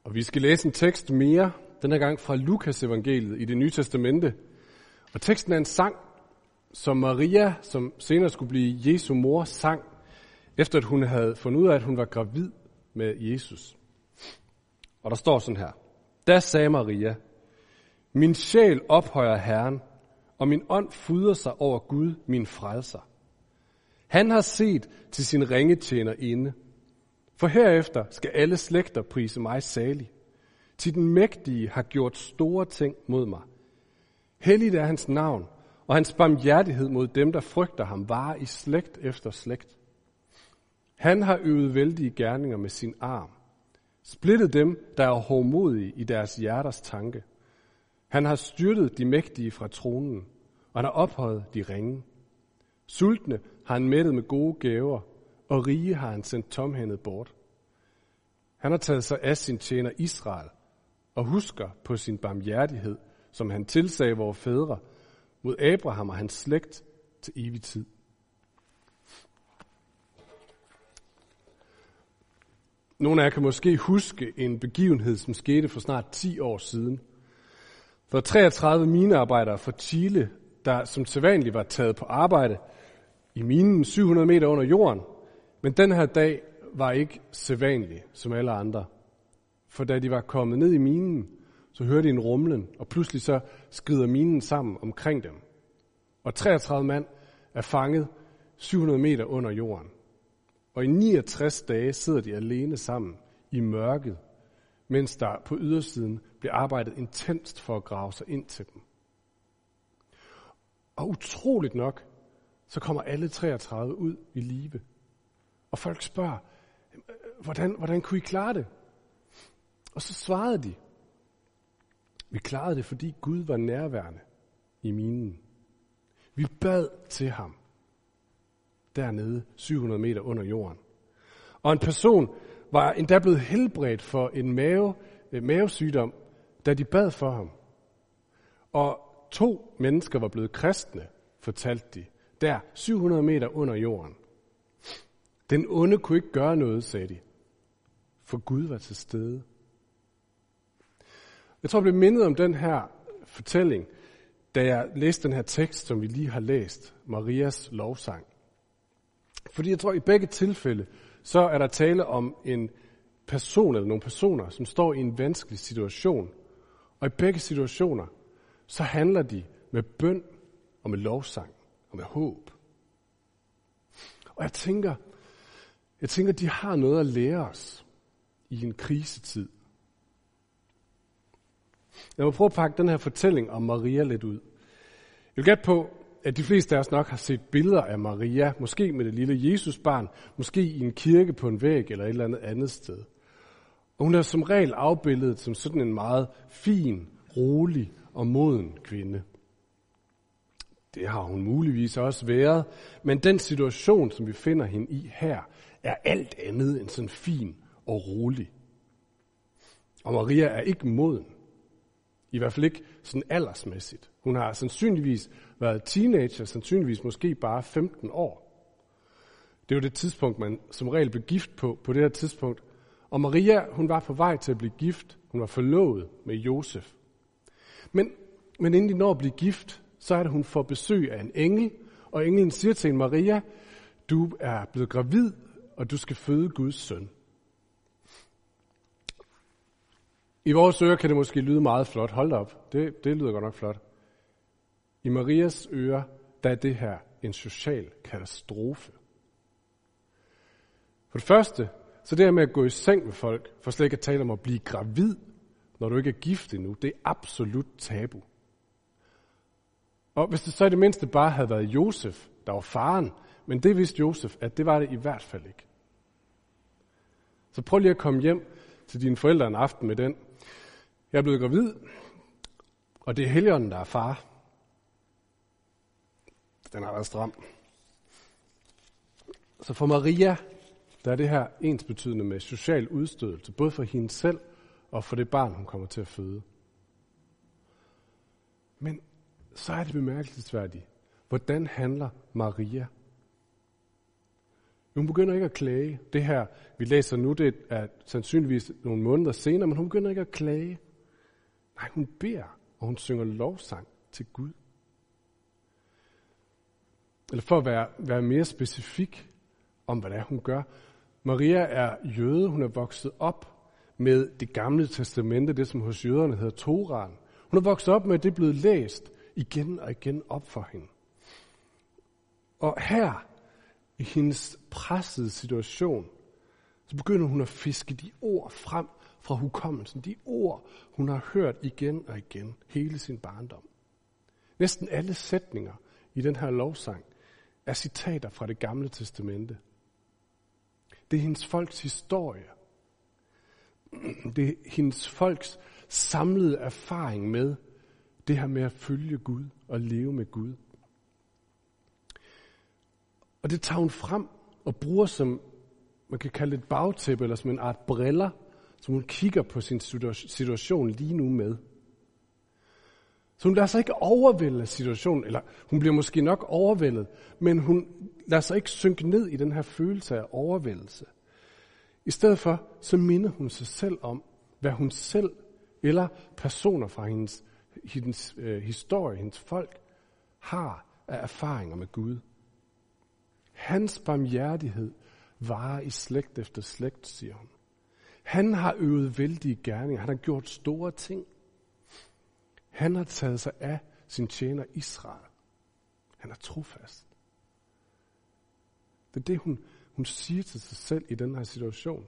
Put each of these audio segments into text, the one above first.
Og vi skal læse en tekst mere, denne gang fra Lukas evangeliet i Det Nye Testamente. Og teksten er en sang, som Maria, som senere skulle blive Jesu mor, sang, efter at hun havde fundet ud af, at hun var gravid med Jesus. Og der står sådan her. Da sagde Maria, min sjæl ophøjer Herren, og min ånd fryder sig over Gud, min frelser. Han har set til sin ringetjenerinde. For herefter skal alle slægter prise mig salig. Til den mægtige har gjort store ting mod mig. Helligt er hans navn, og hans barmhjertighed mod dem, der frygter ham, varer i slægt efter slægt. Han har øvet vældige gerninger med sin arm. Splittet dem, der er hovmodige i deres hjerters tanke. Han har styrtet de mægtige fra tronen, og han har ophøjet de ringe. Sultne har han mættet med gode gaver, og rige har han sendt tomhændet bort. Han har taget sig af sin tjener Israel, og husker på sin barmhjertighed, som han tilsagde vores fædre, mod Abraham og hans slægt til evig tid. Nogle af jer kan måske huske en begivenhed, som skete for snart 10 år siden. For 33 minearbejdere fra Chile, der som sædvanligt var taget på arbejde i minen 700 meter under jorden, men den her dag var ikke sædvanlig som alle andre. For da de var kommet ned i minen, så hørte de en rumlen, og pludselig så skrider minen sammen omkring dem. Og 33 mand er fanget 700 meter under jorden. Og i 69 dage sidder de alene sammen i mørket, mens der på ydersiden bliver arbejdet intenst for at grave sig ind til dem. Og utroligt nok, så kommer alle 33 ud i live. Og folk spørger, hvordan kunne I klare det? Og så svarede de, vi klarede det, fordi Gud var nærværende i minen. Vi bad til ham dernede 700 meter under jorden. Og en person var endda blevet helbredt for en mavesygdom, da de bad for ham. Og 2 mennesker var blevet kristne, fortalte de, der 700 meter under jorden. Den onde kunne ikke gøre noget, sagde de, for Gud var til stede. Jeg tror, jeg blev mindet om den her fortælling, da jeg læste den her tekst, som vi lige har læst, Marias lovsang. Fordi jeg tror, i begge tilfælde, så er der tale om en person eller nogle personer, som står i en vanskelig situation. Og i begge situationer, så handler de med bøn og med lovsang og med håb. Og jeg tænker, de har noget at lære os i en krisetid. Jeg må prøve at pakke den her fortælling om Maria lidt ud. Jeg vil gætte på, at de fleste af os nok har set billeder af Maria, måske med det lille Jesusbarn, måske i en kirke på en væg eller et eller andet sted. Og hun er som regel afbildet som sådan en meget fin, rolig og moden kvinde. Det har hun muligvis også været, men den situation, som vi finder hende i her, er alt andet end sådan fin og rolig. Og Maria er ikke moden. I hvert fald ikke sådan aldersmæssigt. Hun har sandsynligvis været teenager, sandsynligvis måske bare 15 år. Det er jo det tidspunkt, man som regel blev gift på det her tidspunkt. Og Maria, hun var på vej til at blive gift. Hun var forlovet med Josef. Men inden de når at blive gift, så er det, hun får besøg af en engel. Og englen siger til hende, Maria, du er blevet gravid, og du skal føde Guds søn. I vores ører kan det måske lyde meget flot. Hold da op, det lyder godt nok flot. I Marias ører, der er det her en social katastrofe. For det første, så det her med at gå i seng med folk, for slet ikke at tale om at blive gravid, når du ikke er gift endnu, det er absolut tabu. Og hvis det så i det mindste bare havde været Josef, der var faren, men det vidste Josef, at det var det i hvert fald ikke. Så prøv lige at komme hjem til dine forældre en aften med den. Jeg er blevet gravid, og det er Helligånden, der er far. Den har været stram. Så for Maria, der er det her ensbetydende med social udstødelse, både for hende selv og for det barn, hun kommer til at føde. Men så er det bemærkelsesværdigt. Hvordan handler Maria? Hun begynder ikke at klage. Det her, vi læser nu, det er sandsynligvis nogle måneder senere, men hun begynder ikke at klage. Nej, hun beder, og hun synger lovsang til Gud. Eller for at være mere specifik om, hvad det er, hun gør. Maria er jøde, hun er vokset op med det gamle testamente, det som hos jøderne hedder Toraen. Hun er vokset op med, at det er blevet læst igen og igen op for hende. Og her, i hendes pressede situation, så begynder hun at fiske de ord frem fra hukommelsen. De ord, hun har hørt igen og igen hele sin barndom. Næsten alle sætninger i den her lovsang er citater fra det gamle testamente. Det er hendes folks historie. Det er hendes folks samlede erfaring med det her med at følge Gud og leve med Gud. Og det tager hun frem og bruger som, man kan kalde det et bagtæppe, eller som en art briller, som hun kigger på sin situation lige nu med. Så hun lader sig ikke overvælde af situationen, eller hun bliver måske nok overvældet, men hun lader sig ikke synke ned i den her følelse af overvældelse. I stedet for, så minder hun sig selv om, hvad hun selv eller personer fra hendes historie, hendes folk, har af erfaringer med Gud. Hans barmhjertighed varer i slægt efter slægt, siger hun. Han har øvet vældige gerninger, han har gjort store ting. Han har taget sig af sin tjener Israel. Han er trofast. Det er det, hun siger til sig selv i den her situation.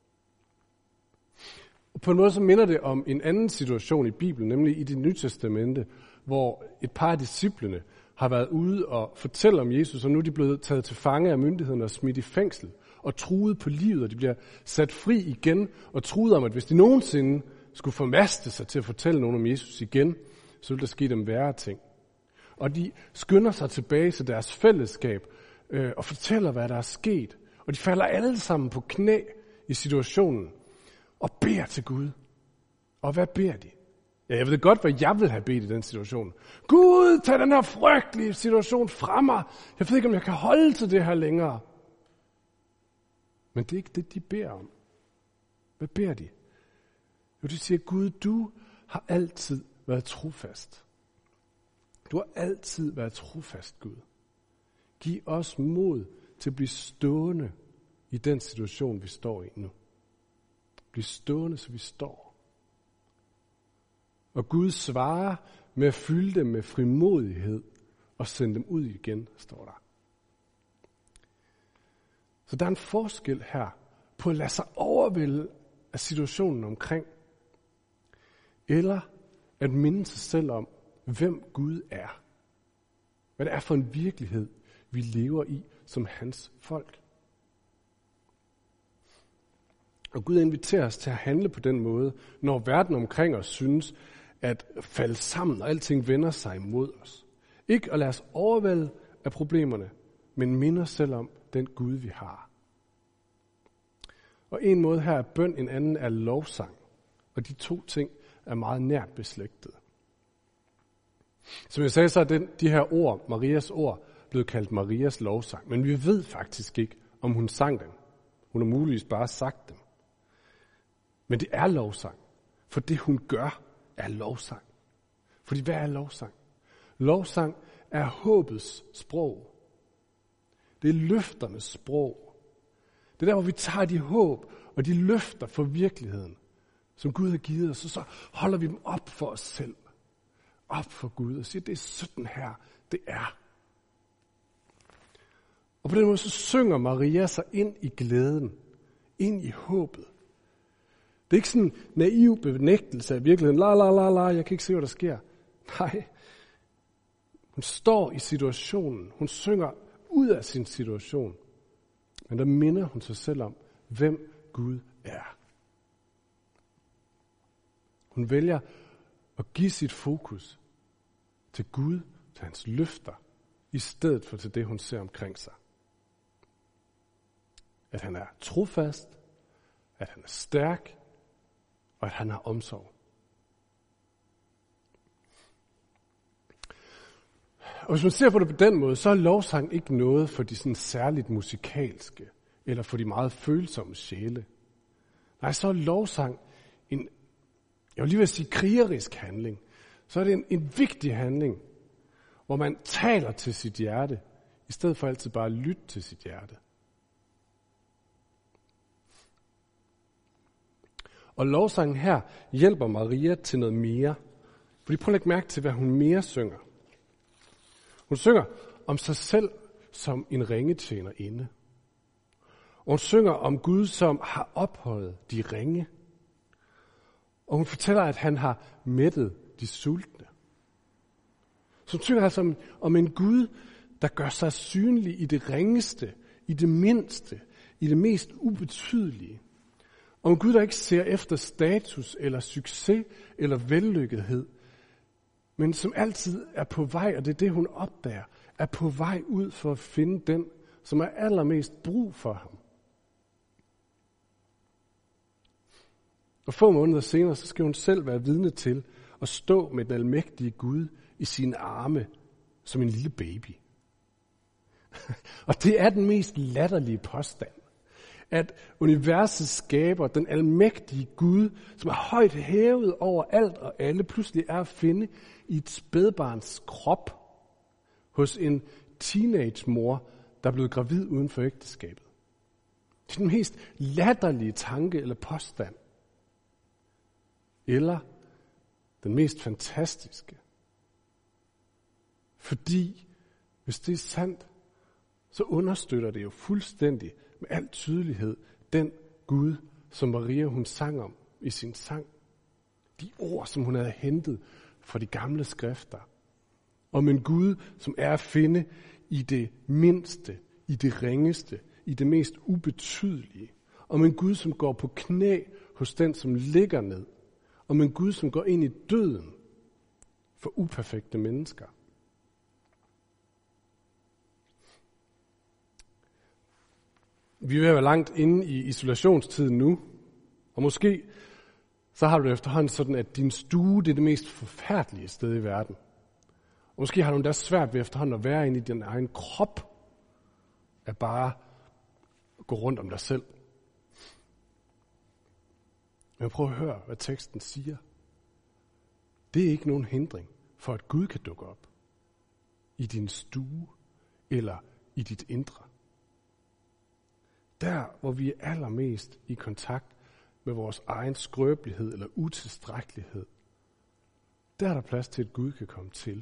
Og på en måde så minder det om en anden situation i Bibelen, nemlig i Det Nye Testamente, hvor et par af disciplene har været ude og fortælle om Jesus, og nu er de blevet taget til fange af myndighederne og smidt i fængsel, og truet på livet, og de bliver sat fri igen, og truet om, at hvis de nogensinde skulle formaste sig til at fortælle nogen om Jesus igen, så ville der ske dem værre ting. Og de skynder sig tilbage til deres fællesskab, og fortæller, hvad der er sket. Og de falder alle sammen på knæ i situationen, og beder til Gud. Og hvad beder de? Ja, jeg ved godt, hvad jeg vil have bedt i den situation. Gud, tag den her frygtelige situation fra mig. Jeg ved ikke, om jeg kan holde til det her længere. Men det er ikke det, de beder om. Hvad beder de? Jo, de siger, Gud, du har altid været trofast. Du har altid været trofast, Gud. Giv os mod til at blive stående i den situation, vi står i nu. Bliv stående, så vi står. Og Gud svarer med at fylde dem med frimodighed og sende dem ud igen, står der. Så der er en forskel her på at lade sig overvælde af situationen omkring, eller at minde sig selv om, hvem Gud er. Hvad det er for en virkelighed, vi lever i som hans folk. Og Gud inviterer os til at handle på den måde, når verden omkring os synes at falde sammen, og alting vender sig imod os. Ikke at lade os overvælde af problemerne, men minde os selv om den Gud, vi har. Og en måde her er bøn, en anden er lovsang. Og de to ting er meget nært beslægtede. Som jeg sagde, så er de her ord, Marias ord, blevet kaldt Marias lovsang. Men vi ved faktisk ikke, om hun sang dem. Hun har muligvis bare sagt dem. Men det er lovsang. For det hun gør, er lovsang. Fordi hvad er lovsang? Lovsang er håbets sprog. Det er løfternes sprog. Det er der, hvor vi tager de håb og de løfter for virkeligheden, som Gud har givet os, og så holder vi dem op for os selv. Op for Gud og siger, det er sådan her, det er. Og på den måde så synger Maria sig ind i glæden, ind i håbet. Det er ikke sådan en naiv benægtelse af virkeligheden. Jeg kan ikke se, hvad der sker. Nej. Hun står i situationen. Hun synger ud af sin situation. Men der minder hun sig selv om, hvem Gud er. Hun vælger at give sit fokus til Gud, til hans løfter, i stedet for til det, hun ser omkring sig. At han er trofast, at han er stærk, og at han har omsorg. Og hvis man ser på det på den måde, så er lovsang ikke noget for de sådan særligt musikalske, eller for de meget følsomme sjæle. Nej, så er lovsang en, jeg vil lige vil sige krigerisk handling. Så er det en vigtig handling, hvor man taler til sit hjerte, i stedet for altid bare at lytte til sit hjerte. Og lovsangen her hjælper Maria til noget mere. Fordi prøv at lægge mærke til, hvad hun mere synger. Hun synger om sig selv som en ringetjenerinde. Og hun synger om Gud, som har ophøjet de ringe. Og hun fortæller, at han har mættet de sultne. Så hun synger altså om en Gud, der gør sig synlig i det ringeste, i det mindste, i det mest ubetydelige. Og en Gud, der ikke ser efter status eller succes eller vellykkethed, men som altid er på vej, og det er det, hun opdager, er på vej ud for at finde den, som er allermest brug for ham. Og få måneder senere, så skal hun selv være vidne til at stå med den almægtige Gud i sine arme som en lille baby. Og det er den mest latterlige påstand, at universets skaber, den almægtige Gud, som er højt hævet over alt og alle, pludselig er at finde i et spædbarns krop hos en teenage-mor, der er blevet gravid uden for ægteskabet. Det er den mest latterlige tanke eller påstand. Eller den mest fantastiske. Fordi, hvis det er sandt, så understøtter det jo fuldstændig med al tydelighed den Gud, som Maria hun sang om i sin sang. De ord, som hun havde hentet fra de gamle skrifter. Om en Gud, som er at finde i det mindste, i det ringeste, i det mest ubetydelige. Om en Gud, som går på knæ hos den, som ligger ned. Om en Gud, som går ind i døden for uperfekte mennesker. Vi er ved at være langt inde i isolationstiden nu, og måske så har du det efterhånden sådan, at din stue det er det mest forfærdelige sted i verden. Og måske har du endda svært ved efterhånden at være inde i din egen krop, at bare gå rundt om dig selv. Men prøv at høre, hvad teksten siger. Det er ikke nogen hindring for, at Gud kan dukke op i din stue eller i dit indre. Der, hvor vi er allermest i kontakt med vores egen skrøbelighed eller utilstrækkelighed, der er der plads til, at Gud kan komme til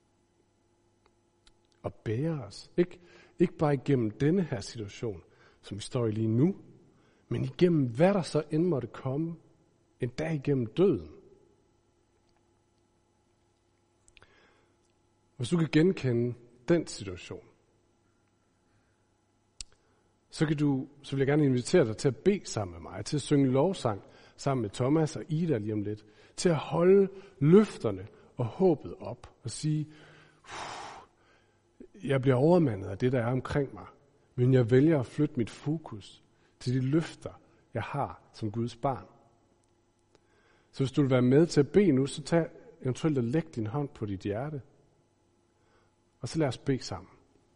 og bære os. Ikke bare igennem denne her situation, som vi står i lige nu, men igennem hvad der så end måtte komme, endda igennem døden. Hvis du kan genkende den situation, så vil jeg gerne invitere dig til at bede sammen med mig, til at synge lovsang sammen med Thomas og Ida lige om lidt, til at holde løfterne og håbet op og sige, jeg bliver overmandet af det, der er omkring mig, men jeg vælger at flytte mit fokus til de løfter, jeg har som Guds barn. Så hvis du vil være med til at bede nu, så tag eventuelt og læg din hånd på dit hjerte, og så lad os bede sammen.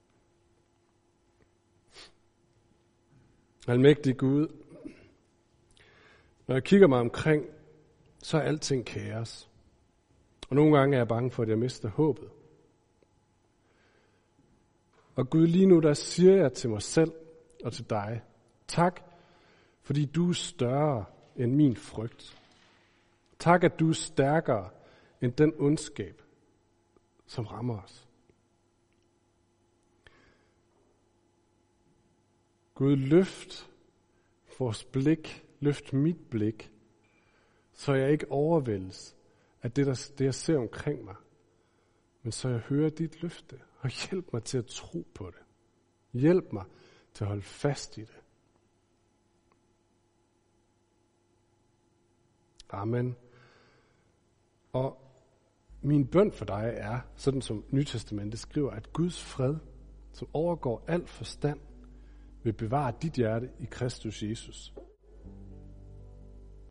Almægtig Gud, når jeg kigger mig omkring, så er alting kaos. Og nogle gange er jeg bange for, at jeg mister håbet. Og Gud, lige nu der siger jeg til mig selv og til dig, tak, fordi du er større end min frygt. Tak, at du er stærkere end den ondskab, som rammer os. Gud, løft vores blik, løft mit blik, så jeg ikke overvældes af det, jeg ser omkring mig, men så jeg hører dit løfte, og hjælp mig til at tro på det. Hjælp mig til at holde fast i det. Amen. Og min bøn for dig er, sådan som Nytestamentet skriver, at Guds fred, som overgår al forstand, vil bevare dit hjerte i Kristus Jesus.